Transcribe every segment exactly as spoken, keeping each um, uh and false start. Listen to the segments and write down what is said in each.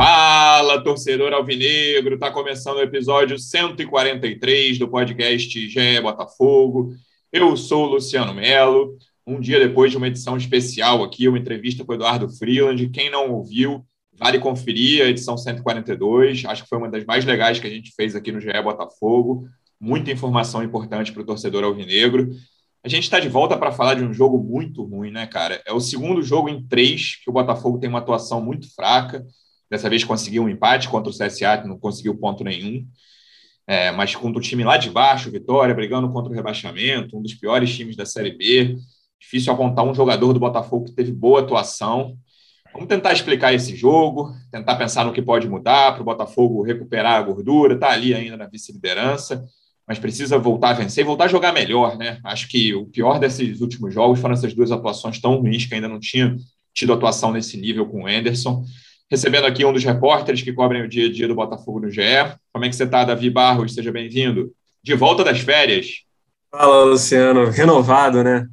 Fala, torcedor alvinegro, tá começando o episódio cento e quarenta e três do podcast G E Botafogo. Eu sou o Luciano Melo. Um dia depois de uma edição especial aqui, uma entrevista com o Eduardo Freeland. Quem não ouviu, vale conferir a edição cento e quarenta e dois. Acho que foi uma das mais legais que a gente fez aqui no G E Botafogo. Muita informação importante para o torcedor alvinegro. A gente está de volta para falar de um jogo muito ruim, né, cara? É o segundo jogo em três que o Botafogo tem uma atuação muito fraca. Dessa vez conseguiu um empate contra o C S A, que não conseguiu ponto nenhum. É, mas contra o time lá de baixo, Vitória, brigando contra o rebaixamento, um dos piores times da Série B. Difícil apontar um jogador do Botafogo que teve boa atuação. Vamos tentar explicar esse jogo, tentar pensar no que pode mudar para o Botafogo recuperar a gordura. Está ali ainda na vice-liderança, mas precisa voltar a vencer e voltar a jogar melhor, né? Acho que o pior desses últimos jogos foram essas duas atuações tão ruins que ainda não tinha tido atuação nesse nível com o Anderson. Recebendo aqui um dos repórteres que cobrem o dia a dia do Botafogo no G E. Como é que você está, Davi Barros? Seja bem-vindo. De volta das férias. Fala, Luciano. Renovado, né?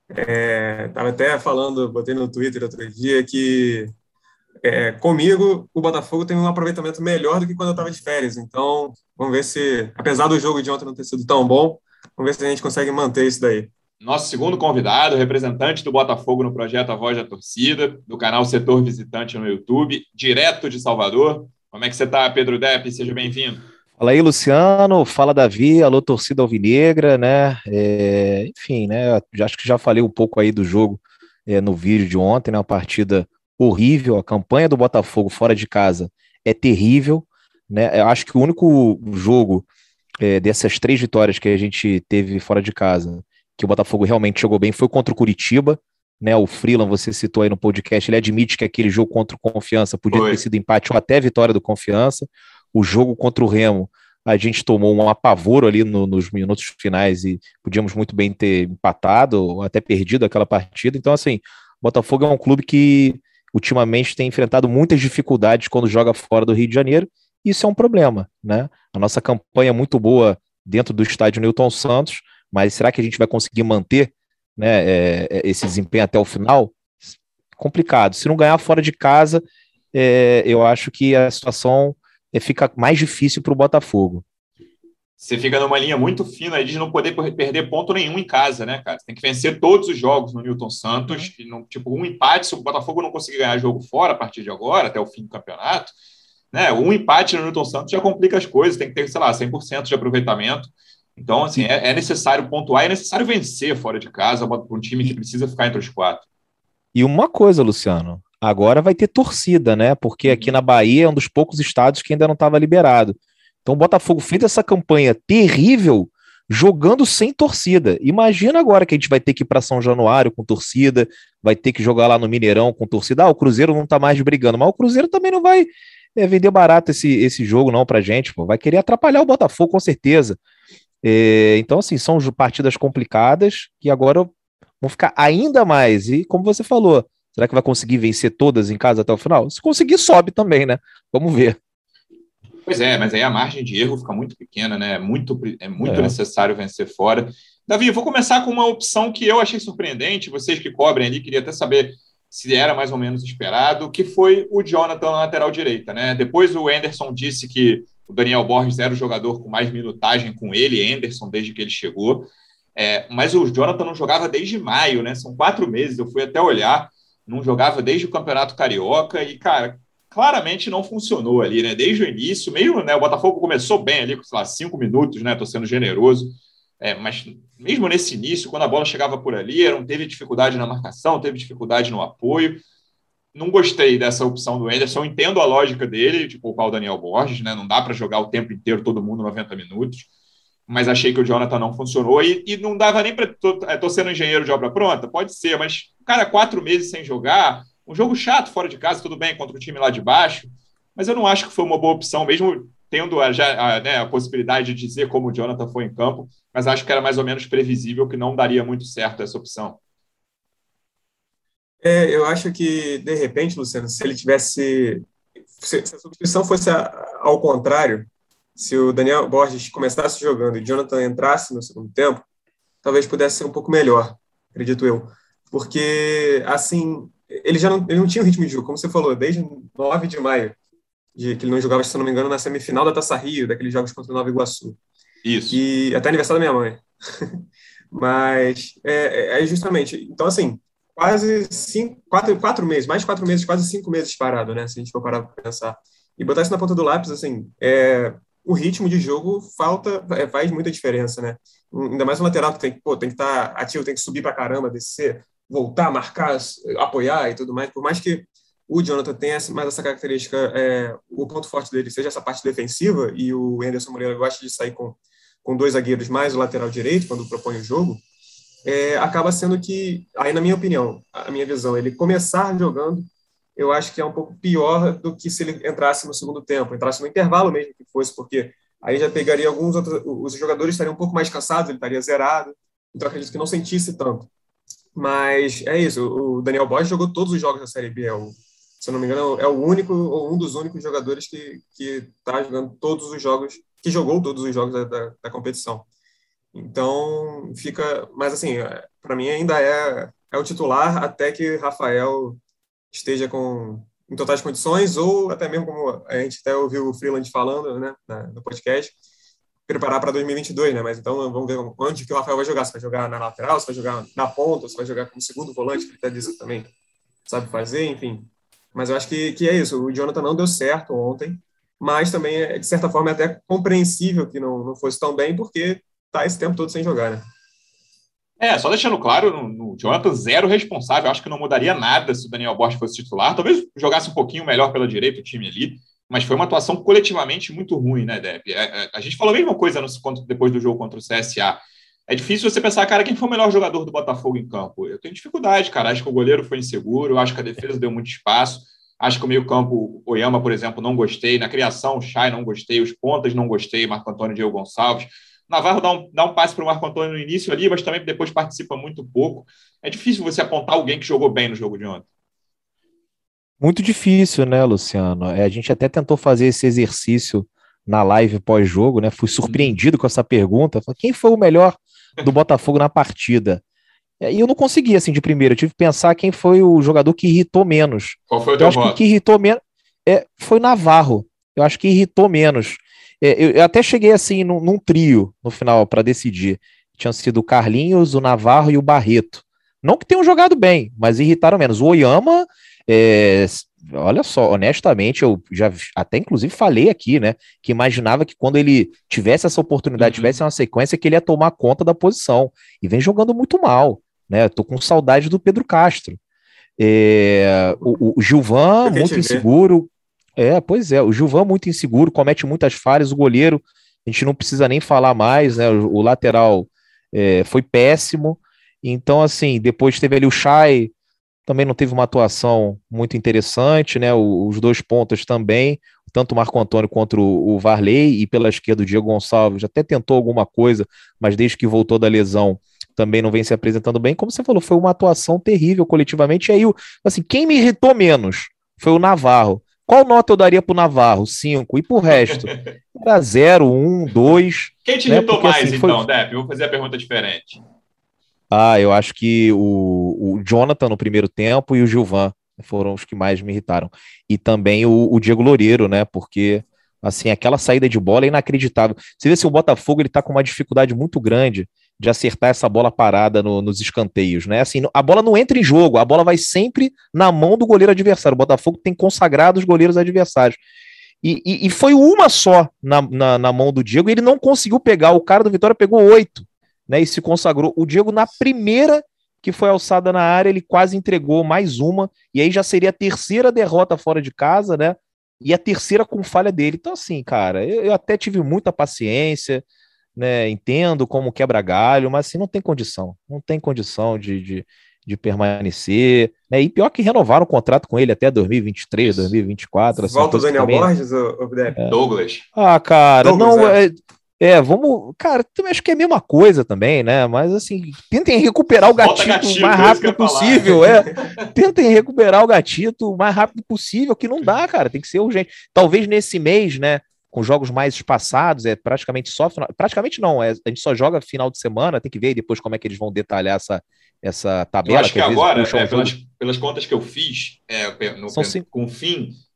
Estava é, até falando, botei no Twitter outro dia, que é, comigo o Botafogo tem um aproveitamento melhor do que quando eu estava de férias. Então, vamos ver se, apesar do jogo de ontem não ter sido tão bom, vamos ver se a gente consegue manter isso daí. Nosso segundo convidado, representante do Botafogo no projeto A Voz da Torcida, do canal Setor Visitante no YouTube, direto de Salvador. Como é que você está, Pedro Depp? Seja bem-vindo. Fala aí, Luciano. Fala, Davi. Alô, torcida alvinegra, né? É, enfim, né? Já, acho que já falei um pouco aí do jogo é, no vídeo de ontem, né? Uma partida horrível. A campanha do Botafogo fora de casa é terrível, né? Eu acho que o único jogo é, dessas três vitórias que a gente teve fora de casa que o Botafogo realmente jogou bem foi contra o Curitiba, né? O Freeland, você citou aí no podcast, ele admite que aquele jogo contra o Confiança podia Foi. ter sido empate ou até vitória do Confiança. O jogo contra o Remo, a gente tomou um apavoro ali no, nos minutos finais e podíamos muito bem ter empatado ou até perdido aquela partida. Então, assim, o Botafogo é um clube que ultimamente tem enfrentado muitas dificuldades quando joga fora do Rio de Janeiro. E isso é um problema, né? A nossa campanha é muito boa dentro do estádio Newton Santos, mas será que a gente vai conseguir manter, né, é, esse desempenho até o final? Complicado. Se não ganhar fora de casa, é, eu acho que a situação é, fica mais difícil para o Botafogo. Você fica numa linha muito fina aí de não poder perder ponto nenhum em casa, né, cara? Você tem que vencer todos os jogos no Newton Santos. E não, tipo, um empate, se o Botafogo não conseguir ganhar jogo fora a partir de agora, até o fim do campeonato, né, um empate no Newton Santos já complica as coisas. Tem que ter, sei lá, cem por cento de aproveitamento. Então, assim, é, é necessário pontuar, é necessário vencer fora de casa para um time que precisa ficar entre os quatro. E uma coisa, Luciano, agora vai ter torcida, né? Porque aqui na Bahia é um dos poucos estados que ainda não estava liberado. Então o Botafogo fez essa campanha terrível jogando sem torcida. Imagina agora que a gente vai ter que ir para São Januário com torcida, vai ter que jogar lá no Mineirão com torcida. Ah, o Cruzeiro não está mais brigando, mas o Cruzeiro também não vai é, vender barato esse, esse jogo não pra gente, pô. Vai querer atrapalhar o Botafogo com certeza. É, então, assim, são partidas complicadas que agora vão ficar ainda mais. E, como você falou, será que vai conseguir vencer todas em casa até o final? Se conseguir, sobe também, né? Vamos ver. Pois é, mas aí a margem de erro fica muito pequena, né? É muito, é muito é. necessário vencer fora. Davi, eu vou começar com uma opção que eu achei surpreendente. Vocês que cobrem ali, queria até saber se era mais ou menos esperado, que foi o Jonathan na lateral direita, né? Depois o Anderson disse que o Daniel Borges era o jogador com mais minutagem com ele, Anderson, desde que ele chegou. É, mas o Jonathan não jogava desde maio, né? São quatro meses, eu fui até olhar, não jogava desde o Campeonato Carioca e, cara, claramente não funcionou ali, né? Desde o início, mesmo, né? O Botafogo começou bem ali, com, sei lá, cinco minutos, né? Tô sendo generoso. É, mas mesmo nesse início, quando a bola chegava por ali, não teve dificuldade na marcação, teve dificuldade no apoio. Não gostei dessa opção do Anderson, entendo a lógica dele, de poupar o Daniel Borges, né? Não dá para jogar o tempo inteiro, todo mundo, noventa minutos, mas achei que o Jonathan não funcionou e, e não dava nem para... Tô, tô sendo engenheiro de obra pronta? Pode ser, mas, cara, quatro meses sem jogar, um jogo chato fora de casa, tudo bem, contra o time lá de baixo, mas eu não acho que foi uma boa opção, mesmo tendo a, já, a, né, a possibilidade de dizer como o Jonathan foi em campo, mas acho que era mais ou menos previsível que não daria muito certo essa opção. É, eu acho que, de repente, Luciano, se ele tivesse... Se a substituição fosse ao contrário, se o Daniel Borges começasse jogando e o Jonathan entrasse no segundo tempo, talvez pudesse ser um pouco melhor, acredito eu. Porque, assim, ele já não, ele não tinha um ritmo de jogo, como você falou, desde nove de maio. de que ele não jogava, se eu não me engano, na semifinal da Taça Rio, daqueles jogos contra o Nova Iguaçu. Isso. E até aniversário da minha mãe. Mas é, é justamente, então assim, quase cinco, quatro, quatro meses, mais de quatro meses, quase cinco meses parado, né? Se a gente for parar para pensar. E botar isso na ponta do lápis, assim, é, o ritmo de jogo falta, é, faz muita diferença, né? Ainda mais um lateral que tem, pô, tem que estar ativo, tem que subir para caramba, descer, voltar, marcar, apoiar e tudo mais. Por mais que o Jonathan tenha mais essa característica, é, o ponto forte dele seja essa parte defensiva, e o Anderson Moreira gosta de sair com, com dois zagueiros mais o lateral direito, quando propõe o jogo, é, acaba sendo que, aí na minha opinião, a minha visão, ele começar jogando, eu acho que é um pouco pior do que se ele entrasse no segundo tempo, entrasse no intervalo mesmo que fosse, porque aí já pegaria alguns outros, os jogadores estariam um pouco mais cansados, ele estaria zerado, então acredito que não sentisse tanto. Mas é isso, o Daniel Borges jogou todos os jogos da Série B, é o, se eu não me engano, é o único, ou um dos únicos jogadores que está jogando todos os jogos, que jogou todos os jogos da, da, da competição. Então, fica, mas assim, para mim ainda é, é o titular até que Rafael esteja com, em totais condições, ou até mesmo como a gente até ouviu o Freeland falando, né, no podcast, preparar para dois mil e vinte e dois, né, mas então vamos ver onde que o Rafael vai jogar, se vai jogar na lateral, se vai jogar na ponta, se vai jogar como segundo volante, que ele até disse também, sabe fazer, enfim. Mas eu acho que, que é isso, o Jonathan não deu certo ontem, mas também, de certa forma, é até compreensível que não, não fosse tão bem, porque tá esse tempo todo sem jogar, né? É, só deixando claro, no, no Jonathan, zero responsável. Acho que não mudaria nada se o Daniel Borges fosse titular. Talvez jogasse um pouquinho melhor pela direita o time ali, mas foi uma atuação coletivamente muito ruim, né, Deb? A, a, a gente falou a mesma coisa no, depois do jogo contra o C S A. É difícil você pensar, cara, quem foi o melhor jogador do Botafogo em campo? Eu tenho dificuldade, cara. Acho que o goleiro foi inseguro, acho que a defesa deu muito espaço. Acho que o meio-campo, o Oyama, por exemplo, não gostei. Na criação, o Chay não gostei. Os pontas não gostei. Marco Antônio e Diego Gonçalves. Navarro dá um, dá um passe para o Marco Antônio no início ali, mas também depois participa muito pouco. É difícil você apontar alguém que jogou bem no jogo de ontem. Muito difícil, né, Luciano? É, a gente até tentou fazer esse exercício na live pós-jogo, né? Fui surpreendido com essa pergunta. Falei, quem foi o melhor do Botafogo na partida? E eu não consegui, assim, de primeiro. Eu tive que pensar quem foi o jogador que irritou menos. Qual foi o eu teu acho voto? que o que irritou menos é, foi Navarro. Eu acho que irritou menos. É, eu, eu até cheguei, assim, num, num trio no final para decidir. Tinham sido o Carlinhos, o Navarro e o Barreto. Não que tenham jogado bem, mas irritaram menos. O Oyama, é, olha só, honestamente, eu já até inclusive falei aqui, né, que imaginava que quando ele tivesse essa oportunidade, uhum. tivesse uma sequência, que ele ia tomar conta da posição. E vem jogando muito mal. Né, tô com saudade do Pedro Castro. É, o, o Gilvan, muito inseguro. É, pois é, o Gilvan muito inseguro, comete muitas falhas. O goleiro, a gente não precisa nem falar mais, né? O, o lateral é, foi péssimo. Então, assim, depois teve ali o Chay, também não teve uma atuação muito interessante, né? O, os dois pontas também, tanto o Marco Antônio quanto o, o Varley, e pela esquerda o Diego Gonçalves até tentou alguma coisa, mas desde que voltou da lesão também não vem se apresentando bem. Como você falou, foi uma atuação terrível coletivamente. E aí, assim, quem me irritou menos foi o Navarro. Qual nota eu daria pro Navarro? Cinco. E pro resto? Era zero, um, dois. Quem te né? irritou Porque, mais, assim, foi... então, Depp? Eu vou fazer a pergunta diferente. Ah, eu acho que o, o Jonathan no primeiro tempo e o Gilvan foram os que mais me irritaram. E também o, o Diego Loureiro, né? Porque, assim, aquela saída de bola é inacreditável. Você vê se o Botafogo ele tá com uma dificuldade muito grande de acertar essa bola parada no, nos escanteios, né? Assim, a bola não entra em jogo, a bola vai sempre na mão do goleiro adversário. O Botafogo tem consagrado os goleiros adversários. E, e, e foi uma só na, na, na mão do Diego, e ele não conseguiu pegar. O cara do Vitória pegou oito, né? E se consagrou. O Diego, na primeira que foi alçada na área, ele quase entregou mais uma, e aí já seria a terceira derrota fora de casa, né? E a terceira com falha dele. Então, assim, cara, eu, eu até tive muita paciência, né, entendo como quebra galho, mas assim, não tem condição, não tem condição de, de, de permanecer, né, e pior que renovaram o contrato com ele até dois mil e vinte e três, Isso. dois mil e vinte e quatro. Assim, volta o Daniel também... Borges, ou, ou é. Douglas. Ah, cara, Douglas, não, é. é, é, vamos, cara, também acho que é a mesma coisa também, né, mas assim, tentem recuperar o gatito, gatito o mais rápido possível, é, tentem recuperar o gatito o mais rápido possível, que não dá, cara, tem que ser urgente, talvez nesse mês, né, com jogos mais espaçados, é praticamente só final, praticamente não, é, a gente só joga final de semana, tem que ver depois como é que eles vão detalhar essa, essa tabela. Eu acho que, que agora, um é, pelas, pelas contas que eu fiz, é, no, São cinco... com o fim,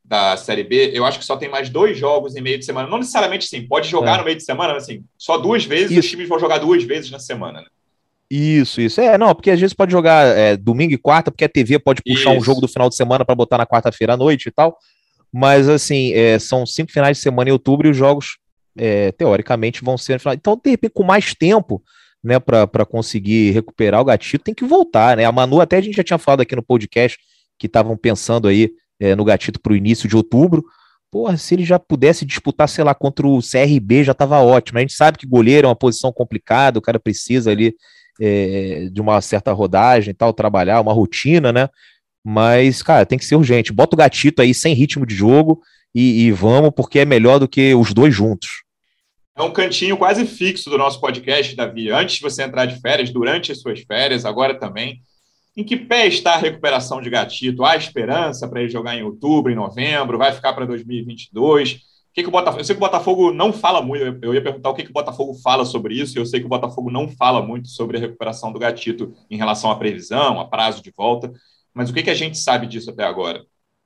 da Série B, eu acho que só tem mais dois jogos em meio de semana. Não necessariamente, sim, pode jogar é. no meio de semana, mas assim, só duas vezes, isso. Os times vão jogar duas vezes na semana, né? Isso, isso. É, não, porque às vezes pode jogar é, domingo e quarta, porque a T V pode puxar isso. um jogo do final de semana para botar na quarta-feira à noite e tal. Mas, assim, é, são cinco finais de semana em outubro e os jogos, é, teoricamente, vão ser no final. Então, de repente, com mais tempo, né, para conseguir recuperar o Gatito, tem que voltar, né? A Manu, até a gente já tinha falado aqui no podcast que estavam pensando aí é, no Gatito para o início de outubro. Porra, se ele já pudesse disputar, sei lá, contra o C R B, já estava ótimo. A gente sabe que goleiro é uma posição complicada, o cara precisa ali é, de uma certa rodagem e tal, trabalhar, uma rotina, né? Mas, cara, tem que ser urgente. Bota o Gatito aí sem ritmo de jogo e, e vamos, porque é melhor do que os dois juntos. É um cantinho quase fixo do nosso podcast, Davi. Antes de você entrar de férias, durante as suas férias, agora também. Em que pé está a recuperação de Gatito? Há esperança para ele jogar em outubro, em novembro? Vai ficar para dois mil e vinte e dois? O que que o Botafogo... Eu sei que o Botafogo não fala muito. Eu ia perguntar o que, que o Botafogo fala sobre isso. Eu sei que o Botafogo não fala muito sobre a recuperação do Gatito em relação à previsão, a prazo de volta. Mas o que, que a gente sabe disso até agora?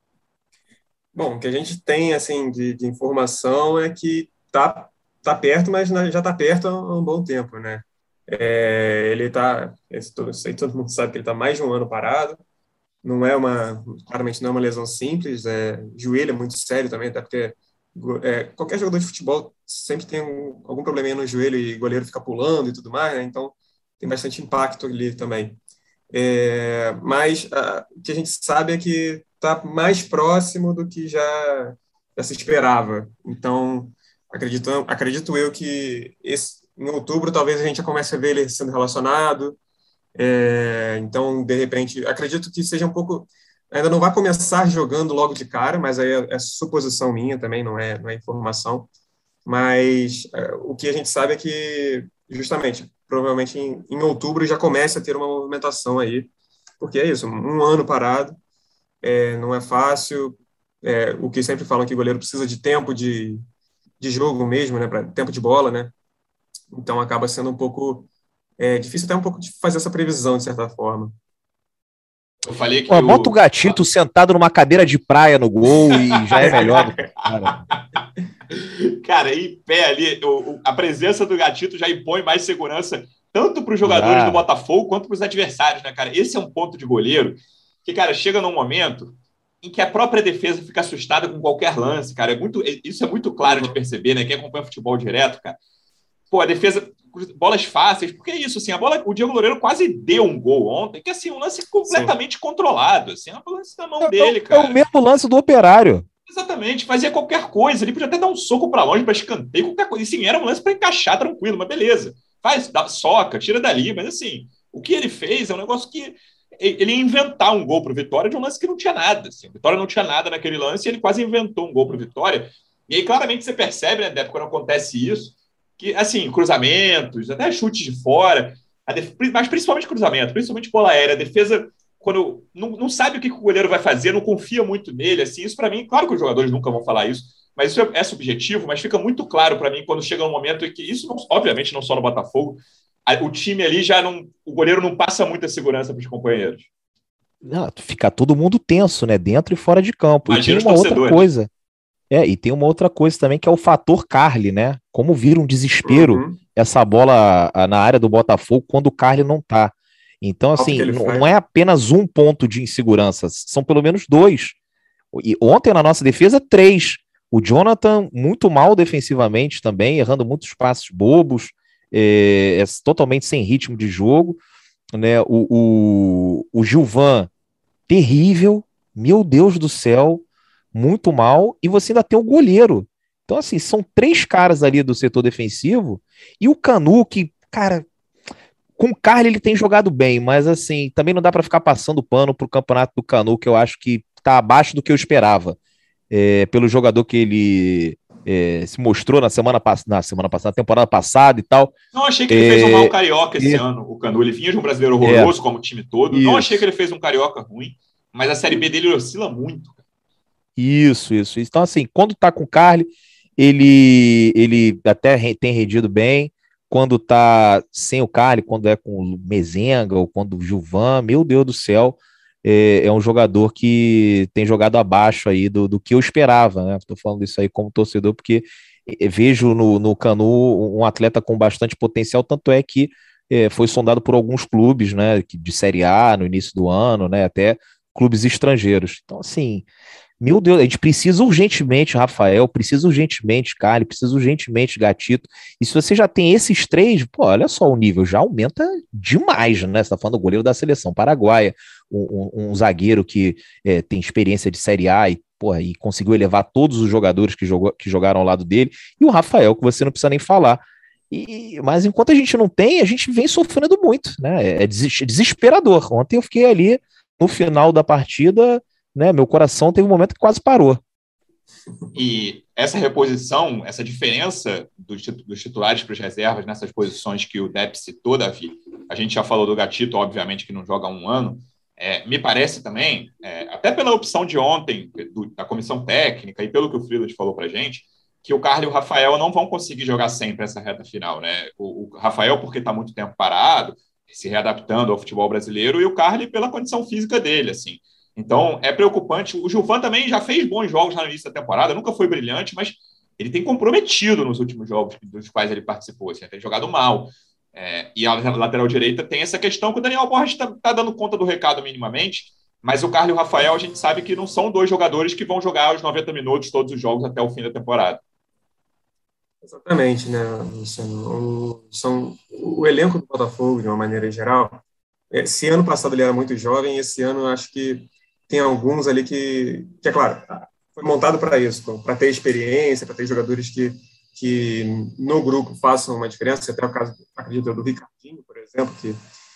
Bom, o que a gente tem assim, de, de informação é que está tá perto, mas já está perto há um bom tempo, né? É, ele está, isso aí todo mundo sabe que ele está mais de um ano parado, não é uma, claramente não é uma lesão simples, é, joelho é muito sério também, até porque é, qualquer jogador de futebol sempre tem um, algum probleminha no joelho e o goleiro fica pulando e tudo mais, né? Então tem bastante impacto ali também. É, mas a, o que a gente sabe é que está mais próximo do que já, já se esperava, então acredito, acredito eu que esse em outubro, talvez a gente já comece a ver ele sendo relacionado. É, então, de repente, acredito que seja um pouco... Ainda não vai começar jogando logo de cara, mas aí é, é suposição minha também, não é, não é informação. Mas é, o que a gente sabe é que, justamente, provavelmente em, em outubro já começa a ter uma movimentação aí. Porque é isso, um ano parado, é, não é fácil. É, o que sempre falam que o goleiro precisa de tempo de, de jogo mesmo, né, pra, tempo de bola, né? Então, acaba sendo um pouco é, difícil até um pouco de fazer essa previsão, de certa forma. Eu falei que Pô, o... bota o Gatito sentado numa cadeira de praia no gol e já é melhor do que cara. Cara, em pé ali, o, a presença do Gatito já impõe mais segurança tanto para os jogadores já. do Botafogo quanto para os adversários, né, cara? Esse é um ponto de goleiro que, cara, chega num momento em que a própria defesa fica assustada com qualquer lance, cara. É muito, isso é muito claro de perceber, né? Quem acompanha futebol direto, cara. Pô, a defesa, bolas fáceis, porque é isso, assim, a bola, o Diego Loureiro quase deu um gol ontem, que assim, um lance completamente Sim. controlado, assim, a lance na mão é, dele, cara. É o mesmo lance do Operário. Exatamente, fazia qualquer coisa, ele podia até dar um soco para longe, para escanteio, qualquer coisa, e sim, era um lance para encaixar tranquilo, mas beleza, faz, dá, soca, tira dali, mas assim, o que ele fez é um negócio que ele ia inventar um gol pro Vitória de um lance que não tinha nada, assim, o Vitória não tinha nada naquele lance e ele quase inventou um gol pro Vitória, e aí claramente você percebe, né, Depp, quando acontece isso, que, assim, cruzamentos, até chutes de fora, def... mas principalmente cruzamento, principalmente bola aérea, a defesa, quando não, não sabe o que o goleiro vai fazer, não confia muito nele, assim, isso para mim, claro que os jogadores nunca vão falar isso, mas isso é, é subjetivo, mas fica muito claro para mim quando chega um momento em que, isso não, obviamente não só no Botafogo, a, o time ali já não, o goleiro não passa muita segurança para os companheiros. Não, fica todo mundo tenso, né, dentro e fora de campo. Imagina e tem uma outra coisa. É, e tem uma outra coisa também que é o fator Carly, né? Como vira um desespero uhum. essa bola na área do Botafogo quando o Carly não tá. Então, assim, não, não é apenas um ponto de insegurança, são pelo menos dois. E ontem na nossa defesa, três. O Jonathan muito mal defensivamente também, errando muitos passes bobos, é, é totalmente sem ritmo de jogo, né? O, o, o Gilvan, terrível, meu Deus do céu, muito mal, e você ainda tem o goleiro. Então, assim, são três caras ali do setor defensivo, e o Canu, que, cara, com o Carly ele tem jogado bem, mas, assim, também não dá para ficar passando pano pro campeonato do Canu, que eu acho que tá abaixo do que eu esperava, é, pelo jogador que ele é, se mostrou na semana, na semana passada, na temporada passada e tal. Não achei que ele é, fez um mal carioca esse é, ano, o Canu, ele vinha de um brasileiro horroroso, é, como o time todo, isso. Não achei que ele fez um carioca ruim, mas a Série B dele oscila muito. Isso, isso. Então, assim, quando tá com o Carly, ele, ele até tem rendido bem. Quando tá sem o Carly, quando é com o Mezenga ou quando o Gilvan, meu Deus do céu, é, é um jogador que tem jogado abaixo aí do, do que eu esperava, né? Estou falando isso aí como torcedor, porque vejo no, no Canu um atleta com bastante potencial, tanto é que é, foi sondado por alguns clubes, né, de Série A no início do ano, né, até clubes estrangeiros. Então, assim, meu Deus, a gente precisa urgentemente, Rafael, precisa urgentemente, Carly, precisa urgentemente, Gatito. E se você já tem esses três, pô, olha só, o nível já aumenta demais, né? Você tá falando do goleiro da seleção paraguaia, um, um, um zagueiro que é, tem experiência de Série A e, porra, e conseguiu elevar todos os jogadores que, jogou, que jogaram ao lado dele, e o Rafael, que você não precisa nem falar. E, mas enquanto a gente não tem, a gente vem sofrendo muito, né? É desesperador. Ontem eu fiquei ali no final da partida, né? Meu coração teve um momento que quase parou. E essa reposição, essa diferença dos, dos titulares para as reservas nessas posições que o Depp citou, Davi, a gente já falou do Gatito, obviamente, que não joga há um ano, é, me parece também, é, até pela opção de ontem do, da comissão técnica e pelo que o Frilas falou para a gente, que o Carly e o Rafael não vão conseguir jogar sempre essa reta final, né? O, o Rafael, porque está muito tempo parado, se readaptando ao futebol brasileiro, e o Carly pela condição física dele, assim. Então, é preocupante. O Gilvan também já fez bons jogos lá no início da temporada, nunca foi brilhante, mas ele tem comprometido nos últimos jogos dos quais ele participou, assim, tem jogado mal. É, e a lateral direita tem essa questão que o Daniel Borges está tá dando conta do recado minimamente, mas o Carly e o Rafael, a gente sabe que não são dois jogadores que vão jogar os noventa minutos todos os jogos até o fim da temporada. Exatamente, né, Luciano? O, são, o elenco do Botafogo, de uma maneira geral, esse ano passado ele era muito jovem, esse ano eu acho que tem alguns ali que, que é claro, foi montado para isso, para ter experiência, para ter jogadores que, que no grupo façam uma diferença, até o caso, acredito, do Ricardinho, por exemplo, que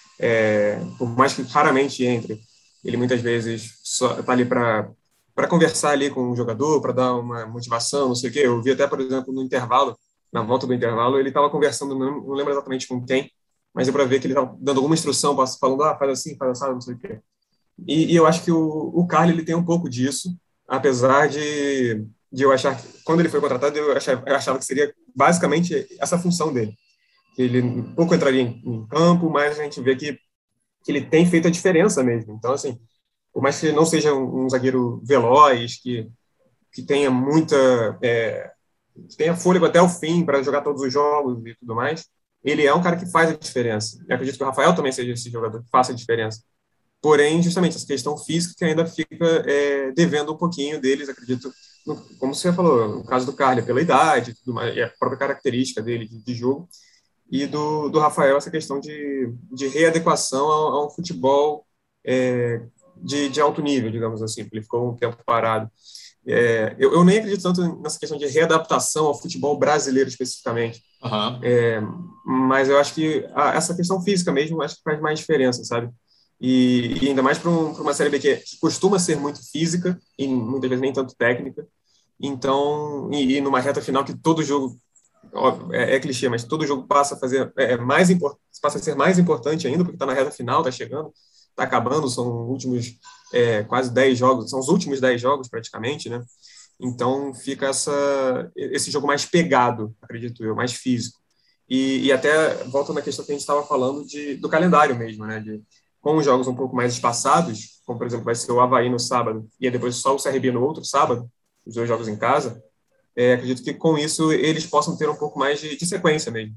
é, por mais que raramente entre, ele muitas vezes está ali para para conversar ali com o jogador, para dar uma motivação, não sei o quê. Eu vi até, por exemplo, no intervalo, na volta do intervalo, ele estava conversando, não, não lembro exatamente com quem, mas deu para ver que ele estava dando alguma instrução, falando, ah, faz assim, faz assim, não sei o quê. E, e eu acho que o, o Carly, ele tem um pouco disso, apesar de, de eu achar que, quando ele foi contratado, eu achava, eu achava que seria basicamente essa função dele. Ele um pouco entraria em, em campo, mas a gente vê que, que ele tem feito a diferença mesmo. Então, assim, por mais que ele não seja um, um zagueiro veloz, que, que tenha muita... É, que tenha fôlego até o fim para jogar todos os jogos e tudo mais, ele é um cara que faz a diferença. Eu acredito que o Rafael também seja esse jogador que faça a diferença. Porém, justamente, essa questão física que ainda fica é, devendo um pouquinho deles, acredito, no, como você falou, no caso do Carly, pela idade tudo mais, e a própria característica dele de, de jogo, e do, do Rafael, essa questão de, de readequação a, a um futebol é, de, de alto nível, digamos assim, porque ele ficou um tempo parado. É, eu, eu nem acredito tanto nessa questão de readaptação ao futebol brasileiro especificamente, uhum. é, mas eu acho que a, essa questão física mesmo acho que faz mais diferença, sabe? E, e ainda mais para um, uma Série B que, que costuma ser muito física e muitas vezes nem tanto técnica. Então, e, e numa reta final que todo jogo, ó, é, é clichê, mas todo jogo passa a fazer é, mais passa a ser mais importante ainda, porque está na reta final, está chegando, está acabando, são últimos é, quase dez jogos, são os últimos dez jogos praticamente, né? Então fica essa, esse jogo mais pegado, acredito eu, mais físico. E, e até volta na questão que a gente estava falando de, do calendário mesmo, né? De, com os jogos um pouco mais espaçados, como por exemplo vai ser o Avaí no sábado e depois só o C R B no outro sábado, os dois jogos em casa, é, acredito que com isso eles possam ter um pouco mais de, de sequência mesmo.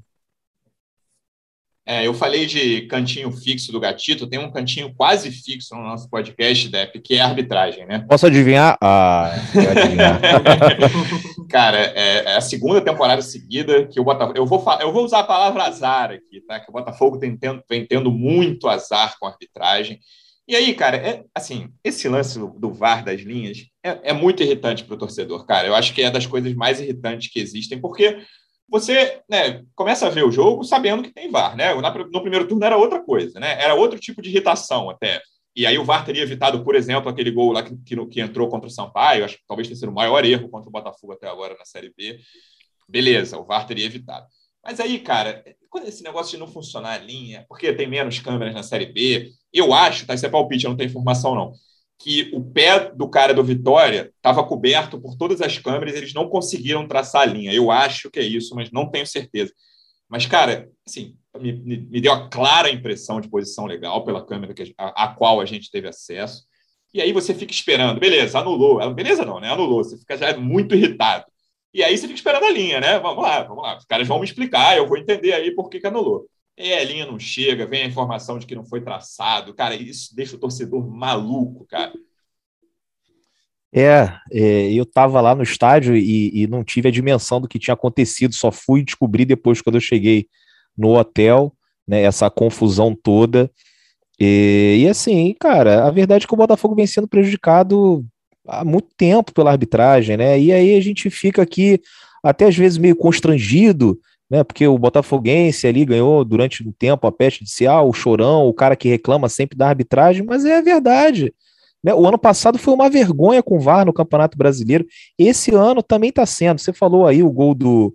É, eu falei de cantinho fixo do Gatito, tem um cantinho quase fixo no nosso podcast, Depp, que é a arbitragem, né? Posso adivinhar? Ah, quero adivinhar. Cara, é, é a segunda temporada seguida que o Botafogo... Eu vou, eu vou usar a palavra azar aqui, tá? Que o Botafogo tem, tem, vem tendo muito azar com a arbitragem. E aí, cara, é, assim, esse lance do, do V A R das linhas é, é muito irritante para o torcedor, cara. Eu acho que é das coisas mais irritantes que existem, porque... você, né, começa a ver o jogo sabendo que tem V A R, né? No primeiro turno era outra coisa, né? Era outro tipo de irritação até. E aí o V A R teria evitado, por exemplo, aquele gol lá que, que, que entrou contra o Sampaio, acho que talvez tenha sido o maior erro contra o Botafogo até agora na Série B. Beleza, o V A R teria evitado. Mas aí, cara, quando esse negócio de não funcionar a linha, porque tem menos câmeras na Série B, eu acho, tá? Isso é palpite, eu não tenho informação não, que o pé do cara do Vitória estava coberto por todas as câmeras e eles não conseguiram traçar a linha. Eu acho que é isso, mas não tenho certeza. Mas, cara, assim, me, me deu a clara impressão de posição legal pela câmera que a, a qual a gente teve acesso. E aí você fica esperando, beleza, anulou. Beleza não, né? Anulou, você fica já muito irritado. E aí você fica esperando a linha, né? Vamos lá, vamos lá. Os caras vão me explicar, eu vou entender aí por que, que anulou. E a linha não chega, vem a informação de que não foi traçado. Cara, isso deixa o torcedor maluco, cara. É, é eu estava lá no estádio e, e não tive a dimensão do que tinha acontecido, só fui descobrir depois quando eu cheguei no hotel, né, essa confusão toda. E, e assim, cara, a verdade é que o Botafogo vem sendo prejudicado há muito tempo pela arbitragem, né? E aí a gente fica aqui até às vezes meio constrangido, né? Porque o botafoguense ali ganhou durante um tempo a peste inicial, o chorão, o cara que reclama sempre da arbitragem, mas é a verdade, né? O ano passado foi uma vergonha com o V A R no Campeonato Brasileiro. Esse ano também está sendo. Você falou aí o gol do,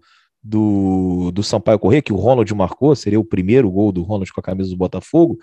do, do Sampaio Corrêa, que o Ronald marcou, seria o primeiro gol do Ronald com a camisa do Botafogo.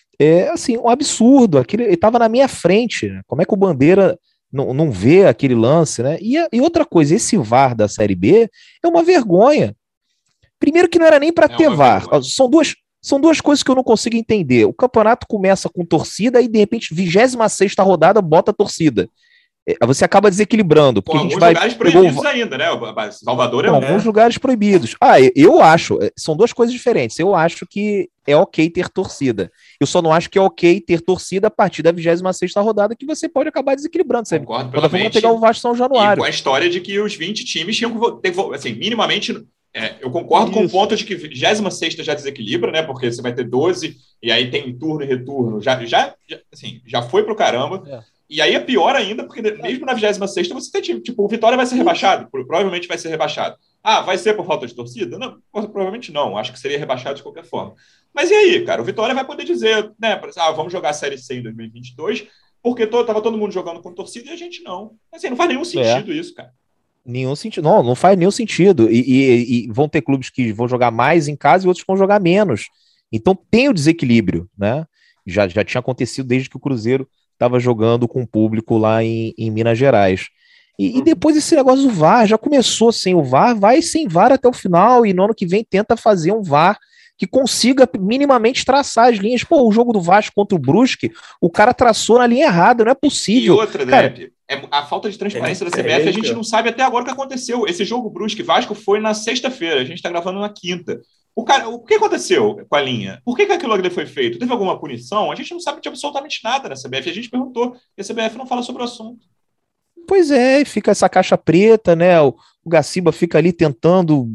É assim, um absurdo. Aquele, ele estava na minha frente, né? Como é que o Bandeira não, não vê aquele lance, né? E, e outra coisa, esse V A R da Série B é uma vergonha. Primeiro que não era nem para é ter V A R. São duas, são duas coisas que eu não consigo entender. O campeonato começa com torcida e, de repente, vigésima sexta rodada, bota a torcida. Você acaba desequilibrando. Porque com a gente alguns vai, lugares proibidos o... ainda, né? Salvador é um. Alguns lugares proibidos. Ah, eu acho, são duas coisas diferentes. Eu acho que é ok ter torcida. Eu só não acho que é ok ter torcida a partir da vigésima sexta rodada, que você pode acabar desequilibrando. Você Concordo pode pegar o Vasco São Januário. E com a história de que os vinte times tinham que ter, assim, minimamente. É, eu concordo Isso. com o ponto de que vigésima sexta já desequilibra, né? Porque você vai ter doze, e aí tem turno e retorno. Já, já, já, assim, já foi pro caramba. É. E aí é pior ainda, porque mesmo na vigésima sexta você tem time, tipo, o Vitória vai ser rebaixado, provavelmente vai ser rebaixado. Ah, vai ser por falta de torcida? Não, provavelmente não, acho que seria rebaixado de qualquer forma. Mas e aí, cara, o Vitória vai poder dizer, né, ah, vamos jogar a Série C em dois mil e vinte e dois, porque todo, tava todo mundo jogando com torcida e a gente não. Assim, não faz nenhum sentido é. isso, cara. Nenhum sentido, não, não faz nenhum sentido. E, e, e vão ter clubes que vão jogar mais em casa e outros que vão jogar menos. Então tem o desequilíbrio, né? Já, já tinha acontecido desde que o Cruzeiro estava jogando com o público lá em, em Minas Gerais. E, e depois esse negócio do V A R, já começou sem o V A R, vai sem V A R até o final, e no ano que vem tenta fazer um V A R que consiga minimamente traçar as linhas. Pô, o jogo do Vasco contra o Brusque, o cara traçou na linha errada, não é possível. E outra, cara, né, é a falta de transparência é, da C B F, é, a gente não sabe até agora o que aconteceu. Esse jogo Brusque-Vasco foi na sexta-feira, a gente está gravando na quinta. O, cara, o que aconteceu com a linha? Por que, que aquilo ali foi feito? Teve alguma punição? A gente não sabe de absolutamente nada na C B F. A gente perguntou e a C B F não fala sobre o assunto. Pois é, fica essa caixa preta, né? O, o Gaciba fica ali tentando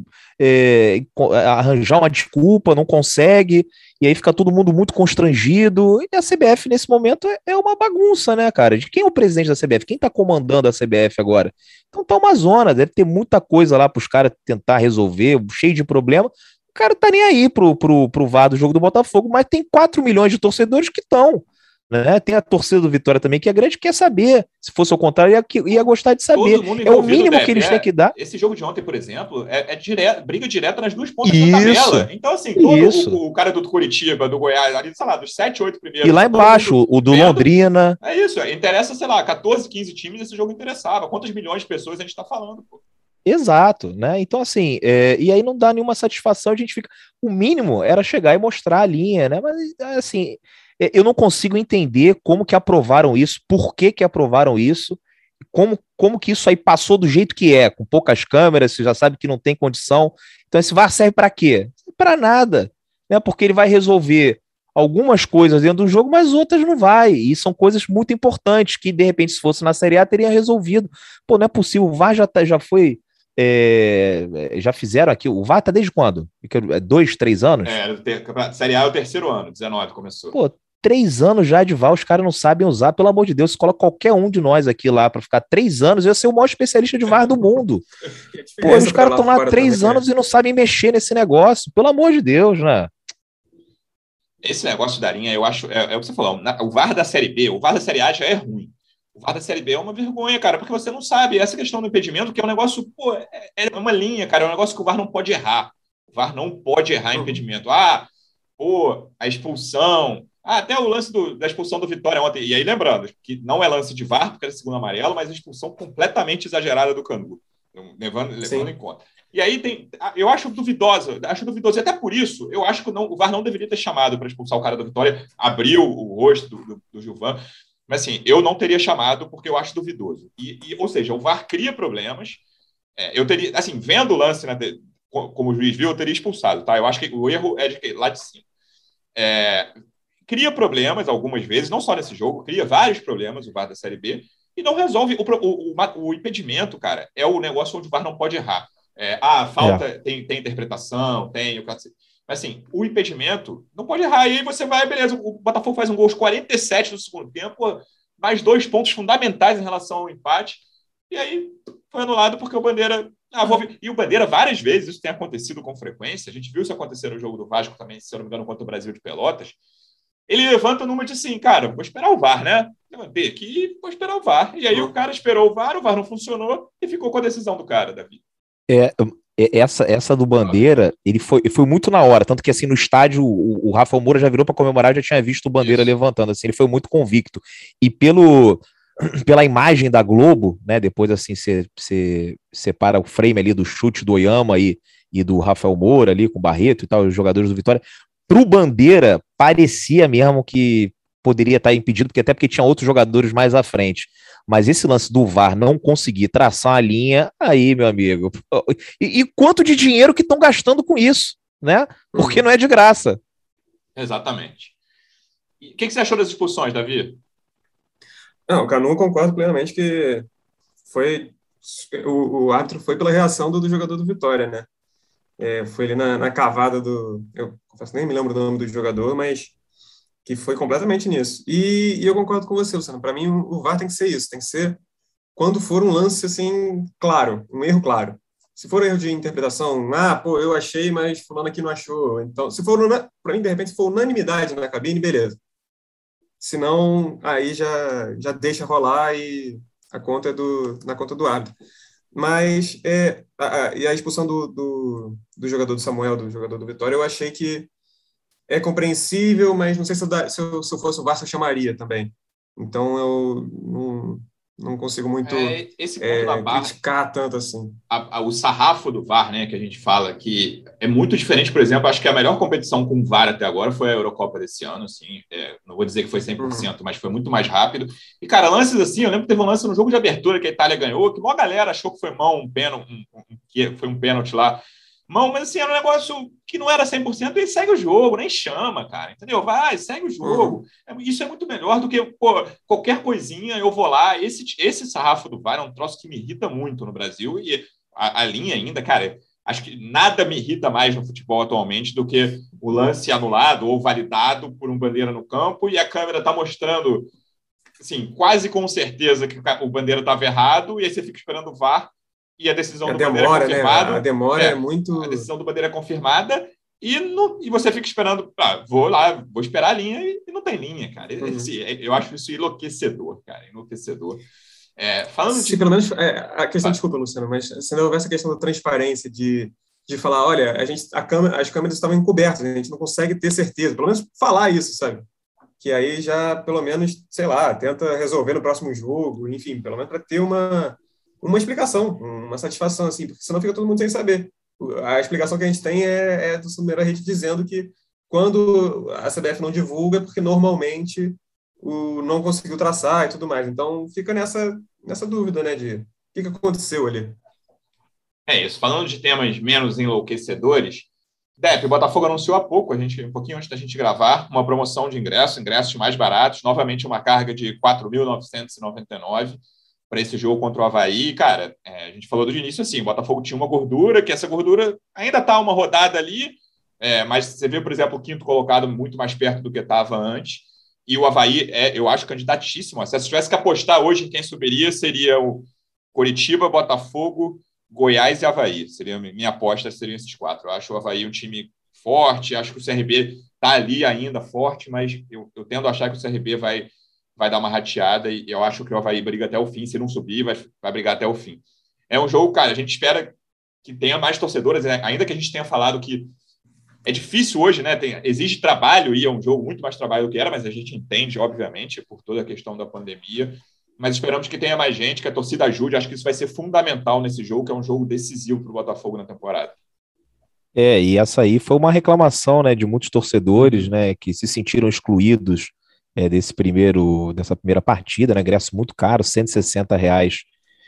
é, arranjar uma desculpa, não consegue, e aí fica todo mundo muito constrangido. E a C B F, nesse momento, é, é uma bagunça, né, cara? De quem é o presidente da C B F? Quem tá comandando a C B F agora? Então tá uma zona, deve ter muita coisa lá para os caras tentar resolver, cheio de problema. O cara tá nem aí pro, pro, pro V A R do jogo do Botafogo, mas tem quatro milhões de torcedores que estão. Né? Tem a torcida do Vitória também, que é grande, quer saber. Se fosse ao contrário, ia, ia gostar de saber. É o mínimo deve, que eles é, têm que dar. Esse jogo de ontem, por exemplo, é, é direto, briga direta nas duas pontas da tabela. Então, assim, todo o, o cara do Curitiba, do Goiás, ali, sei lá, dos sete, oito primeiros. E lá embaixo, o do vendo, Londrina. É isso, interessa, sei lá, catorze, quinze times, esse jogo interessava. Quantos milhões de pessoas a gente está falando, pô? Exato, né? Então, assim, é, e aí não dá nenhuma satisfação, a gente fica. O mínimo era chegar e mostrar a linha, né? Mas, assim, eu não consigo entender como que aprovaram isso, por que que aprovaram isso, como, como que isso aí passou do jeito que é, com poucas câmeras, você já sabe que não tem condição. Então, esse V A R serve para quê? Para nada, né? Porque ele vai resolver algumas coisas dentro do jogo, mas outras não vai, e são coisas muito importantes, que, de repente, se fosse na Série A, teria resolvido. Pô, não é possível, o V A R já, tá, já foi. É, já fizeram aqui, o V A R tá desde quando? Dois, três anos? É, Série A é o terceiro ano, dezenove começou. Pô, três anos já de V A R, os caras não sabem usar, pelo amor de Deus, se coloca qualquer um de nós aqui lá pra ficar três anos, eu ia ser o maior especialista de V A R do mundo. Pô, os caras estão lá três anos e não sabem mexer nesse negócio, pelo amor de Deus, né? Esse negócio da linha, eu acho, é, é o que você falou, o V A R da Série B, o V A R da Série A já é ruim. O V A R da Série B é uma vergonha, cara, porque você não sabe. Essa questão do impedimento, que é um negócio, pô, é, é uma linha, cara, é um negócio que o V A R não pode errar. O V A R não pode errar uhum. impedimento. Ah, pô, a expulsão. Ah, até o lance do, da expulsão do Vitória ontem. E aí, lembrando, que não é lance de V A R, porque era segundo amarelo, mas a expulsão completamente exagerada do Canu. levando, levando em conta. E aí tem, eu acho duvidosa, acho duvidoso, e até por isso, eu acho que não, o V A R não deveria ter chamado para expulsar o cara da Vitória, abriu o rosto do, do, do Gilvan, mas assim, eu não teria chamado porque eu acho duvidoso. E, e, ou seja, o V A R cria problemas, é, eu teria, assim, vendo o lance, né, de, como o juiz viu, eu teria expulsado, tá? Eu acho que o erro é de, lá de cima. É, cria problemas algumas vezes, não só nesse jogo, cria vários problemas o V A R da Série B, e não resolve, o, o, o, o impedimento, cara, é o negócio onde o V A R não pode errar. É, ah, falta, é. tem, tem interpretação, tem o mas assim, o impedimento não pode errar, e aí você vai, beleza, o Botafogo faz um gol aos quarenta e sete do segundo tempo, mais dois pontos fundamentais em relação ao empate, e aí foi anulado porque o Bandeira, ah, vou... e o Bandeira várias vezes, isso tem acontecido com frequência, a gente viu isso acontecer no jogo do Vasco também, se eu não me engano, contra o Brasil de Pelotas, ele levanta numa de assim, cara, vou esperar o V A R, né? Levantei aqui, vou esperar o V A R, e aí o cara esperou o V A R, o V A R não funcionou, e ficou com a decisão do cara, Davi. É, essa, essa do Bandeira, ele foi, foi muito na hora, tanto que assim no estádio o, o Rafael Moura já virou para comemorar, já tinha visto o Bandeira Isso. levantando, assim, ele foi muito convicto, e pelo, pela imagem da Globo, né, depois assim você separa o frame ali do chute do Oyama e, e do Rafael Moura ali com o Barreto e tal, os jogadores do Vitória, pro Bandeira parecia mesmo que poderia estar impedido, porque até porque tinha outros jogadores mais à frente. Mas esse lance do V A R não conseguir traçar a linha, aí, meu amigo. E, e quanto de dinheiro que estão gastando com isso, né? Porque uhum. não é de graça. Exatamente. E o que, que você achou das expulsões, Davi? Não, cara, não concordo plenamente que foi o, o árbitro foi pela reação do, do jogador do Vitória, né? É, foi ali na, na cavada do... Eu confesso, nem me lembro do nome do jogador, mas que foi completamente nisso. E, e eu concordo com você, Luciano. Para mim, o V A R tem que ser isso. Tem que ser quando for um lance, assim, claro, um erro claro. Se for erro de interpretação, ah, pô, eu achei, mas fulano aqui não achou. Então, se for, para mim, de repente, se for unanimidade na cabine, beleza. Senão, aí já, já deixa rolar e a conta é do, na conta do árbitro. Mas, é, a, a, e a expulsão do, do, do jogador do Samuel, do jogador do Vitória, eu achei que é compreensível, mas não sei se eu, se eu, se eu fosse o V A R, eu chamaria também. Então, eu não, não consigo muito é, esse ponto é, da barra, criticar tanto assim. A, a, o sarrafo do V A R, né, que a gente fala, que é muito diferente, por exemplo, acho que a melhor competição com o V A R até agora foi a Eurocopa desse ano, assim, é, não vou dizer que foi cem por cento, uhum. mas foi muito mais rápido. E, cara, lances assim, eu lembro que teve um lance no jogo de abertura que a Itália ganhou, que uma galera achou que foi mão, um pênalti, um, um, que foi um pênalti lá, mão, mas assim, era um negócio que não era cem por cento e segue o jogo, nem chama, cara, entendeu? Vai, segue o jogo. Uhum. Isso é muito melhor do que, pô, qualquer coisinha eu vou lá. Esse, esse sarrafo do V A R é um troço que me irrita muito no Brasil e a, a linha ainda, cara, acho que nada me irrita mais no futebol atualmente do que o lance anulado ou validado por um Bandeira no campo e a câmera tá mostrando, assim, quase com certeza que o Bandeira estava errado e aí você fica esperando o V A R e a decisão a do demora, Bandeira é confirmada. Né? A demora é, é muito... A decisão do Bandeira é confirmada e, no, e você fica esperando, ah, vou lá, vou esperar a linha e, e não tem linha, cara. Uhum. Esse, eu acho isso enlouquecedor, cara, enlouquecedor. É, falando se de... pelo menos, é, a questão, ah. desculpa, Luciano, mas se não houvesse a questão da transparência, de, de falar, olha, a gente, a câmera, as câmeras estavam encobertas, a gente não consegue ter certeza, pelo menos falar isso, sabe? Que aí já, pelo menos, sei lá, tenta resolver no próximo jogo, enfim, pelo menos para ter uma... uma explicação, uma satisfação, assim, porque senão fica todo mundo sem saber. A explicação que a gente tem é, é do Sumero Rede dizendo que quando a C B F não divulga é porque normalmente o não conseguiu traçar e tudo mais. Então fica nessa, nessa dúvida, né, de o que, que aconteceu ali. É isso. Falando de temas menos enlouquecedores, Depp, o Botafogo anunciou há pouco, a gente, um pouquinho antes da gente gravar, uma promoção de ingressos, ingressos mais baratos, novamente uma carga de quatro mil novecentos e noventa e nove reais para esse jogo contra o Avaí. Cara, é, a gente falou do início assim, o Botafogo tinha uma gordura, que essa gordura ainda está uma rodada ali, é, mas você vê, por exemplo, o quinto colocado muito mais perto do que estava antes, e o Avaí é, eu acho, candidatíssimo. Se eu tivesse que apostar hoje em quem subiria, seria o Coritiba, Botafogo, Goiás e Avaí. Seria, minha aposta seriam esses quatro. Eu acho o Avaí um time forte, acho que o C R B está ali ainda forte, mas eu, eu tendo a achar que o C R B vai vai dar uma rateada e eu acho que o Avaí briga até o fim. Se não subir, vai, vai brigar até o fim. É um jogo, cara, a gente espera que tenha mais torcedores, né? Ainda que a gente tenha falado que é difícil hoje, né? Tem, exige trabalho e é um jogo muito mais trabalho do que era, mas a gente entende, obviamente, por toda a questão da pandemia. mas esperamos que tenha mais gente, que a torcida ajude. Acho que isso vai ser fundamental nesse jogo, que é um jogo decisivo para o Botafogo na temporada. É, e essa aí foi uma reclamação, né, de muitos torcedores, né, que se sentiram excluídos é, desse primeiro, dessa primeira partida, né, ingresso muito caro, cento e sessenta reais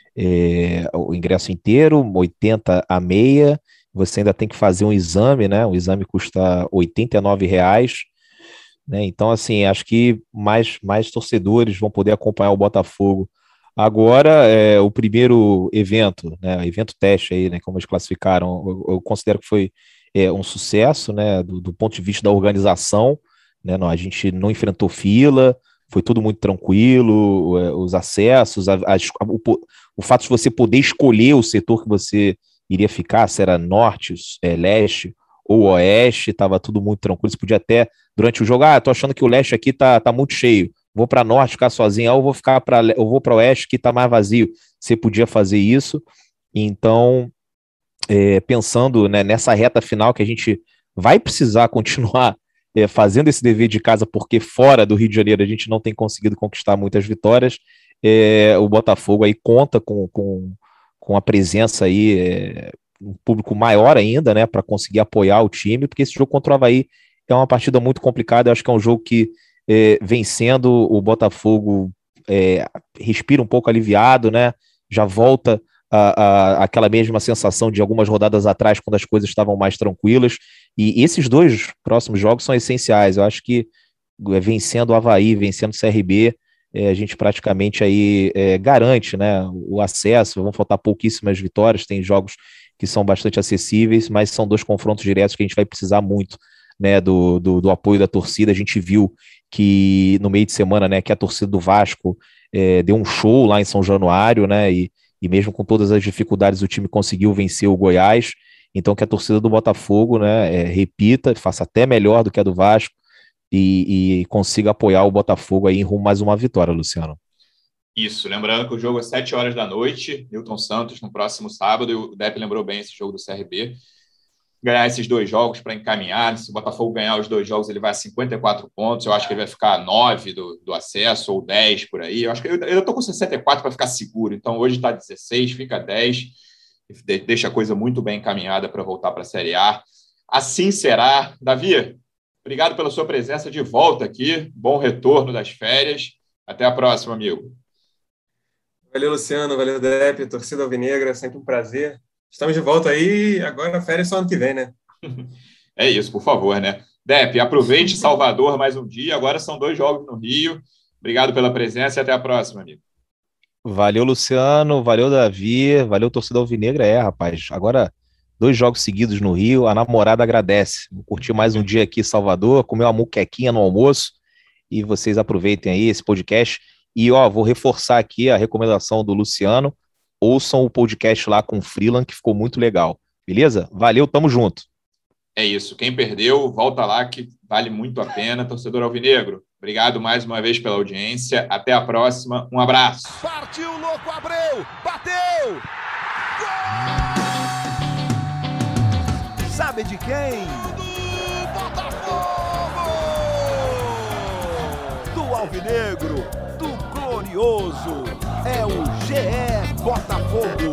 é, o ingresso inteiro, oitenta a meia, você ainda tem que fazer um exame, né, o exame custa oitenta e nove reais, né, então assim, acho que mais, mais torcedores vão poder acompanhar o Botafogo. Agora, é, o primeiro evento, né, evento teste aí, né, como eles classificaram, eu, eu considero que foi é, um sucesso, né, do, do ponto de vista da organização, né, não, a gente não enfrentou fila, foi tudo muito tranquilo, é, os acessos, a, a, o, o fato de você poder escolher o setor que você iria ficar, se era norte, é, leste ou oeste, estava tudo muito tranquilo, você podia até, durante o jogo, ah, tô achando que o leste aqui tá, tá muito cheio, vou para norte ficar sozinho, ou vou ficar para eu vou para oeste que está mais vazio. Você podia fazer isso. Então, é, pensando, né, nessa reta final que a gente vai precisar continuar é, fazendo esse dever de casa, porque fora do Rio de Janeiro a gente não tem conseguido conquistar muitas vitórias, é, o Botafogo aí conta com, com, com a presença aí, é, um público maior ainda, né, para conseguir apoiar o time, porque esse jogo contra o Avaí é uma partida muito complicada. Eu acho que é um jogo que É, vencendo, o Botafogo é, respira um pouco aliviado, né? Já volta a, a, aquela mesma sensação de algumas rodadas atrás, quando as coisas estavam mais tranquilas, e esses dois próximos jogos são essenciais. Eu acho que é, vencendo o Avaí, vencendo o C R B, é, a gente praticamente aí é, garante, né, o acesso. Vão faltar pouquíssimas vitórias, tem jogos que são bastante acessíveis, mas são dois confrontos diretos que a gente vai precisar muito, né, do, do, do apoio da torcida. A gente viu que no meio de semana, né, que a torcida do Vasco é, deu um show lá em São Januário, né, e, e mesmo com todas as dificuldades o time conseguiu vencer o Goiás. Então que a torcida do Botafogo, né, é, repita, faça até melhor do que a do Vasco e, e consiga apoiar o Botafogo aí em rumo mais uma vitória, Luciano. Isso, lembrando que o jogo é sete horas da noite, Newton Santos no próximo sábado, e o Depp lembrou bem esse jogo do C R B. Ganhar esses dois jogos para encaminhar. Se o Botafogo ganhar os dois jogos, ele vai a cinquenta e quatro pontos. Eu acho que ele vai ficar a nove do, do acesso, ou dez por aí. Eu acho que eu, eu estou com sessenta e quatro para ficar seguro. Então, hoje está dezesseis, fica dez. Deixa a coisa muito bem encaminhada para voltar para a Série A. Assim será. Davi, obrigado pela sua presença de volta aqui. Bom retorno das férias. Até a próxima, amigo. Valeu, Luciano. Valeu, Depp. Torcida alvinegra, sempre um prazer. Estamos de volta aí, agora férias só ano que vem, né? É isso, por favor, né? Depp, aproveite Salvador mais um dia, agora são dois jogos no Rio. Obrigado pela presença e até a próxima, amigo. Valeu, Luciano, valeu, Davi, valeu, torcida alvinegra. É, rapaz, agora dois jogos seguidos no Rio, a namorada agradece. Vou curtir mais um dia aqui em Salvador, comer uma muquequinha no almoço, e vocês aproveitem aí esse podcast. E, ó, vou reforçar aqui a recomendação do Luciano. Ouçam o podcast lá com o Freeland, que ficou muito legal. Beleza? Valeu, tamo junto. É isso. Quem perdeu, volta lá, que vale muito a pena. Torcedor alvinegro, obrigado mais uma vez pela audiência. Até a próxima. Um abraço. Partiu, louco, Abreu! Bateu! Gol! Sabe de quem? Do Botafogo! Do alvinegro, do glorioso. É o G E Botafogo.